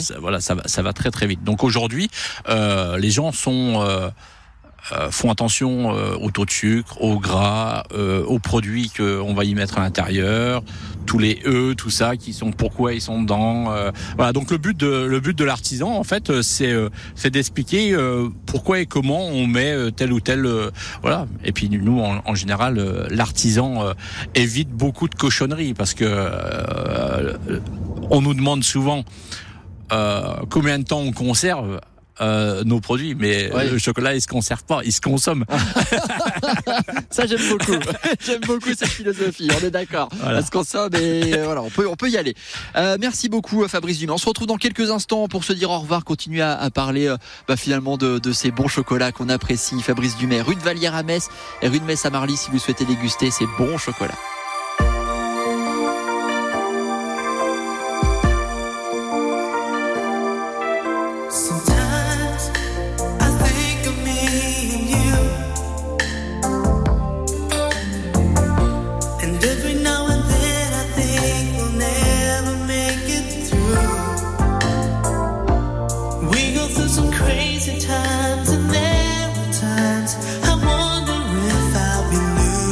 ça va très très vite. Donc aujourd'hui, les gens font attention au taux de sucre, au gras, aux produits qu'on va y mettre à l'intérieur, tous les tout ça, pourquoi ils sont dedans. Voilà. Donc le but de l'artisan, en fait, c'est d'expliquer pourquoi et comment on met tel ou tel. Voilà. Et puis nous, en général, l'artisan évite beaucoup de cochonneries parce que on nous demande souvent combien de temps on conserve nos produits, mais le chocolat il se conserve pas, il se consomme. Ça j'aime beaucoup. J'aime beaucoup cette philosophie. On est d'accord. Voilà. Ça se consomme et voilà, on peut y aller. Merci beaucoup Fabrice Dumay. On se retrouve dans quelques instants pour se dire au revoir, continuer à parler finalement de ces bons chocolats qu'on apprécie. Fabrice Dumay, rue de Vallière à Metz et rue de Metz à Marly si vous souhaitez déguster ces bons chocolats. Times and there were times I wonder if I'll be losing.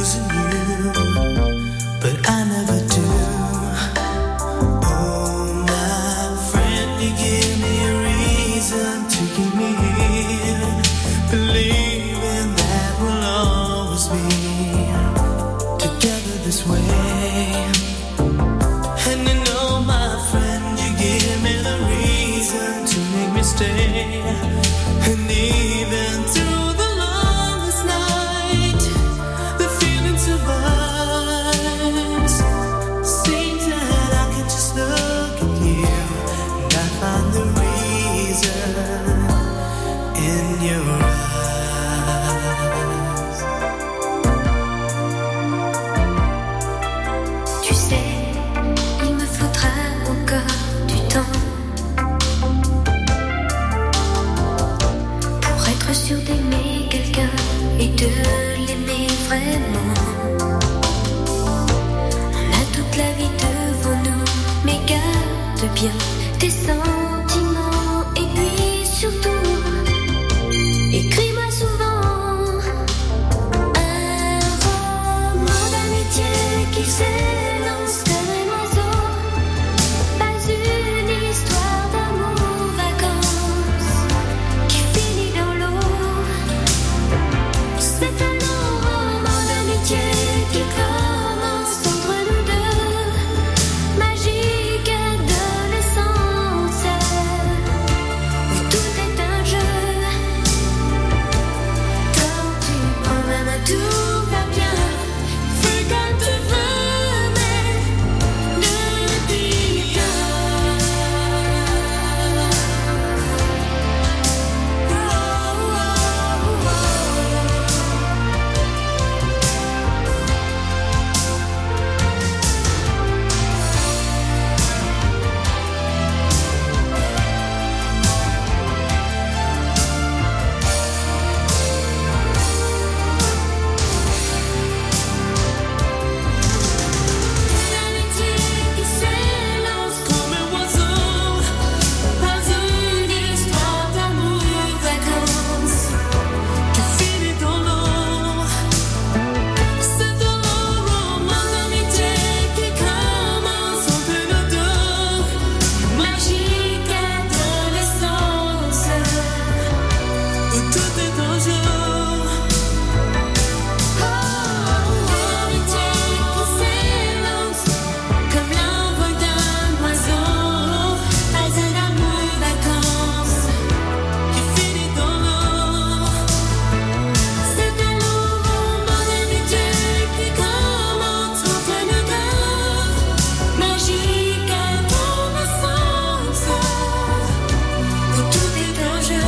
chante bien tes sentiments et puis surtout, écris-moi souvent un roman d'amitié qui s'élance comme un oiseau, pas une histoire d'amour vacances qui finit dans l'eau. C'est un long roman d'amitié qui commence entre nous deux, magique adolescence, où tout est un jeu. Quand tu prends ma main, tout va bien. Fais comme tu veux, mais ne dis rien. L'amitié qui s'élance comme un oiseau, pas une histoire d'amour vacances qui finit dans l'eau. C'est un long roman d'amitié qui commence entre nous deux, magique adolescence, où tout est en jeu. L'amitié qui s'élance comme l'envol d'un oiseau, pas un amour vacances qui finit dans l'eau. C'est un long roman d'amitié qui commence entre nous deux, magique adolescence, où tout est en jeu.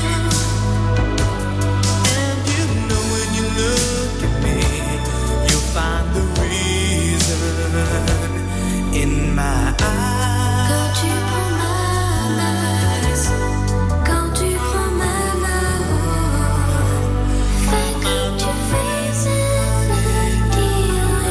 And you know when you look at me, you'll find the reason in my eyes. Quand tu prends ma main, quand tu prends ma main, fais comme tu faisais, ne dis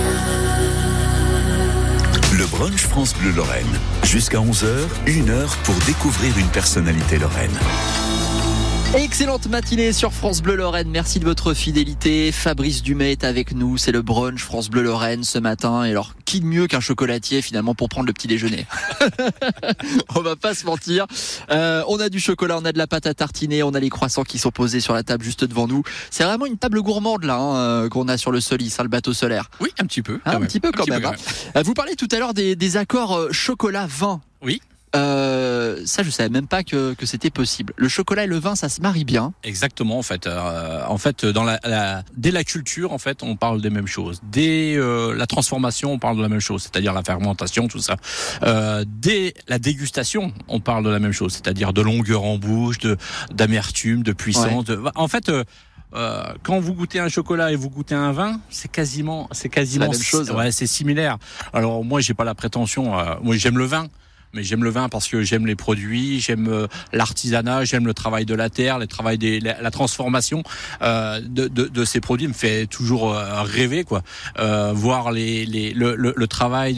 rien. Le brunch France Bleu Lorraine. Jusqu'à 11h, 1 heure pour découvrir une personnalité lorraine. Excellente matinée sur France Bleu Lorraine, merci de votre fidélité. Fabrice Dumais est avec nous, c'est le brunch France Bleu Lorraine ce matin. Et alors, qui de mieux qu'un chocolatier finalement pour prendre le petit déjeuner? On va pas se mentir. On a du chocolat, on a de la pâte à tartiner, on a les croissants qui sont posés sur la table juste devant nous. C'est vraiment une table gourmande là qu'on a sur le Solis, le bateau solaire. Oui, un petit peu. Un petit peu quand même. Vous parlez tout à l'heure des accords chocolat-vin. Oui. Ça, je savais même pas que c'était possible. Le chocolat et le vin, ça se marie bien. Exactement, en fait. Dès la culture, en fait, on parle des mêmes choses. Dès la transformation, on parle de la même chose, c'est-à-dire la fermentation, tout ça. Dès la dégustation, on parle de la même chose, c'est-à-dire de longueur en bouche, d'amertume, de puissance. Ouais. En fait. Quand vous goûtez un chocolat et vous goûtez un vin, c'est quasiment la même chose. Ouais, c'est similaire. Alors moi, j'ai pas la prétention. Moi, j'aime le vin. Mais j'aime le vin parce que j'aime les produits, j'aime l'artisanat, j'aime le travail de la terre, la transformation de ces produits me fait toujours rêver, quoi. Voir le travail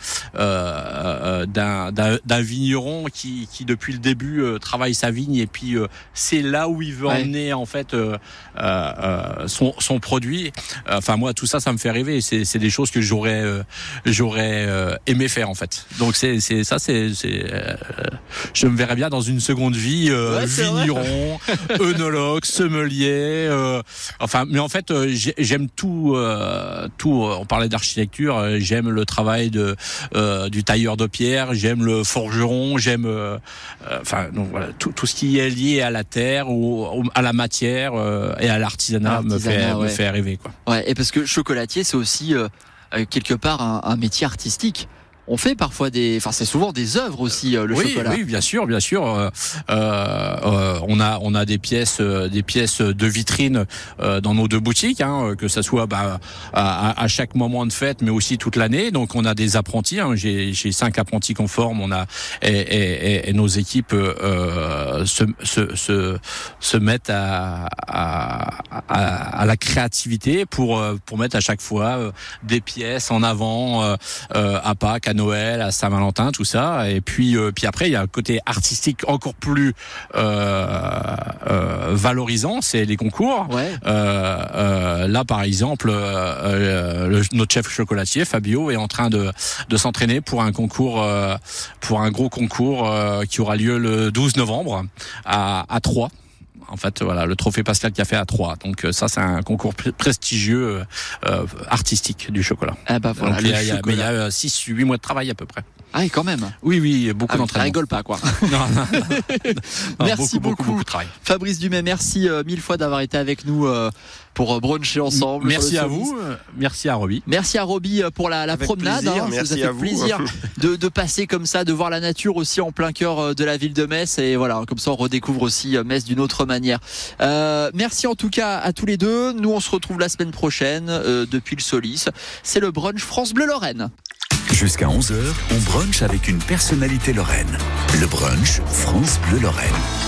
d'un vigneron qui depuis le début travaille sa vigne et puis c'est là où il veut emmener en fait son produit. Enfin moi tout ça me fait rêver. C'est des choses que j'aurais aimé faire en fait. Donc je me verrais bien dans une seconde vie vigneron, œnologue, sommelier. Mais en fait, j'aime tout. On parlait d'architecture. J'aime le travail du tailleur de pierre. J'aime le forgeron. J'aime. Donc voilà, tout ce qui est lié à la terre ou à la matière et à l'artisanat me fait rêver, quoi. Ouais. Et parce que chocolatier, c'est aussi quelque part un métier artistique. On fait parfois c'est souvent des œuvres aussi, le chocolat. Oui, bien sûr. On a des pièces de vitrine dans nos deux boutiques, que ça soit à chaque moment de fête, mais aussi toute l'année. Donc on a des apprentis. J'ai 5 apprentis qu'on forme. On a et nos équipes se mettent à la créativité pour mettre à chaque fois des pièces en avant à Pâques, à Noël, à Saint-Valentin, tout ça. Et puis après, il y a un côté artistique encore plus valorisant, c'est les concours. Ouais. Là, par exemple, notre chef chocolatier Fabio est en train de s'entraîner pour un concours, pour un gros concours qui aura lieu le 12 novembre à Troyes. En fait, voilà, le trophée Pascal Café à Troyes. Donc ça, c'est un concours prestigieux artistique du chocolat. Ah bah voilà, donc, il y a 6-8 mois de travail à peu près. Ah, et quand même. Oui, beaucoup d'entraînement. Ça rigole pas, quoi. Non. Merci beaucoup. De travail. Fabrice Dumais, merci 1000 fois d'avoir été avec nous pour bruncher ensemble. Merci à vous. Merci à Roby. Merci à Roby pour la promenade. Plaisir. Ça merci nous a fait plaisir de passer comme ça, de voir la nature aussi en plein cœur de la ville de Metz. Et voilà, comme ça, on redécouvre aussi Metz d'une autre manière. Merci en tout cas à tous les deux. Nous, on se retrouve la semaine prochaine depuis le Solis. C'est le brunch France Bleu Lorraine. Jusqu'à 11h, on brunch avec une personnalité lorraine. Le brunch France Bleu Lorraine.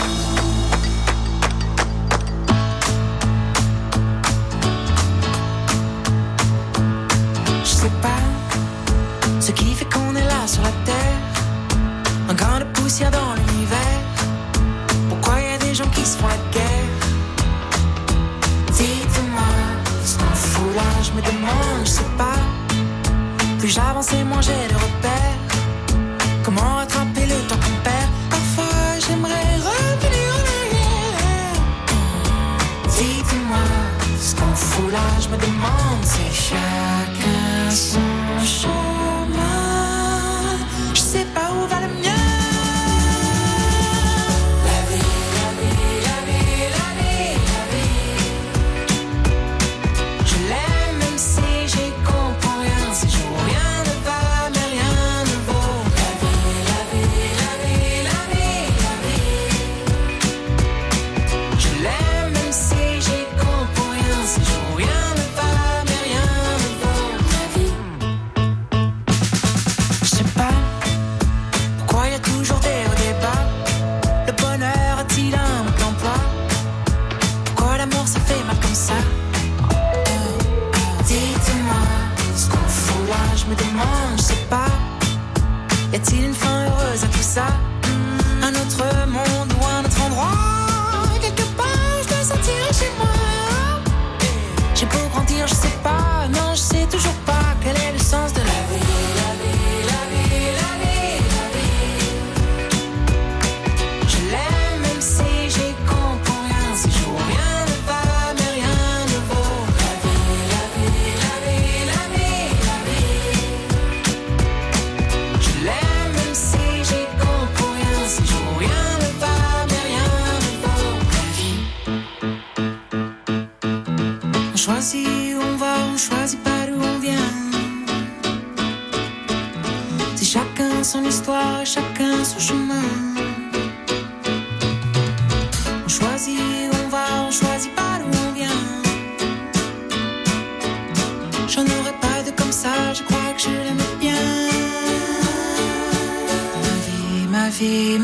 Je sais pas ce qui fait qu'on est là sur la terre. Un grain de poussière dans l'univers. Pourquoi y a des gens qui se font la guerre? Dites-moi ce qu'on fout là, je me demande, je sais pas. Plus j'avance et moins j'ai de repères. Comment rattraper le temps qu'on perd? Parfois j'aimerais revenir en arrière. Dites-moi ce qu'on fout là, je me demande. C'est chacun son chemin. Je sais pas où va le mien. Y a-t-il une fin heureuse à tout ça? Un autre monde ou un autre endroit? Quelque part je me sentirai chez moi. J'ai beau grandir, je sais pas. Non, je sais toujours pas quel est le sens de la vie. Je l'aime même si j'y comprends rien. Si jour rien ne va, mais rien ne vaut. La vie. Je l'aime même si j'y comprends rien. Si jour rien ne va, mais rien ne vaut. On choisit où on va, on choisit pas d'où on vient. C'est chacun son histoire, chacun son chemin. On choisit où on va, on choisit pas d'où on vient. J'en aurais pas de comme ça, je crois que je l'aime bien. Ma vie.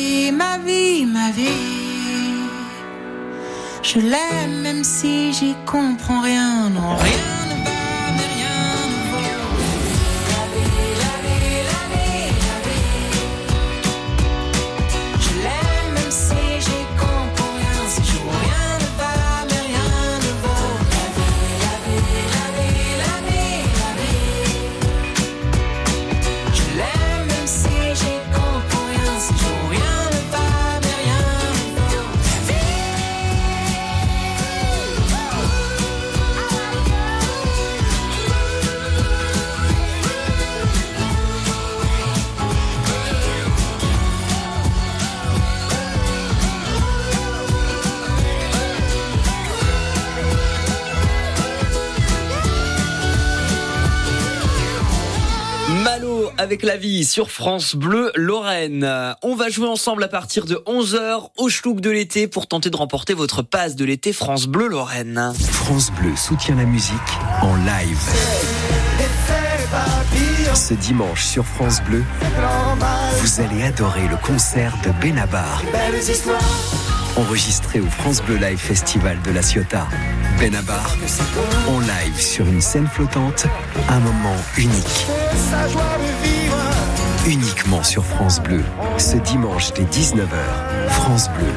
Je l'aime même si j'y comprends rien. Non, rien ne va, mais rien ne vaut. La vie. Je l'aime même si j'y comprends rien. Si jour rien ne va, mais rien ne vaut. La vie. Je l'aime même si j'y comprends rien. Si jour rien ne va, mais rien ne vaut. Malo avec la vie sur France Bleu Lorraine. On va jouer ensemble à partir de 11h au Schluck de l'été pour tenter de remporter votre passe de l'été France Bleu Lorraine. France Bleu soutient la musique en live. Ce dimanche sur France Bleu, vous allez adorer le concert de Benabar. Enregistré au France Bleu Live Festival de La Ciotat. Benabar, en live sur une scène flottante, un moment unique. Sa joie de vivre. uniquement sur France Bleu. Ce dimanche dès 19h, France Bleu.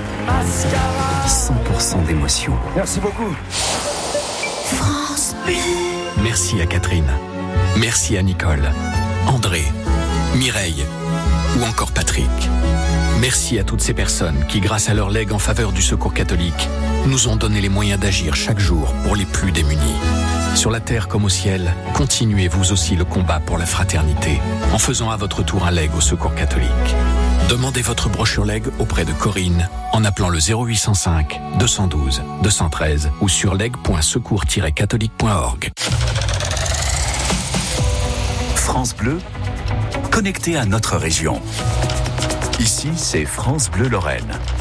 100% d'émotion. Merci beaucoup. France Bleu. Merci à Catherine. Merci à Nicole, André, Mireille ou encore Patrick. Merci à toutes ces personnes qui, grâce à leur legs en faveur du Secours catholique, nous ont donné les moyens d'agir chaque jour pour les plus démunis. Sur la terre comme au ciel, continuez vous aussi le combat pour la fraternité en faisant à votre tour un leg au Secours catholique. Demandez votre brochure leg auprès de Corinne en appelant le 0805 212 213 ou sur leg.secours-catholique.org. France Bleu, connecté à notre région. Ici, c'est France Bleu Lorraine.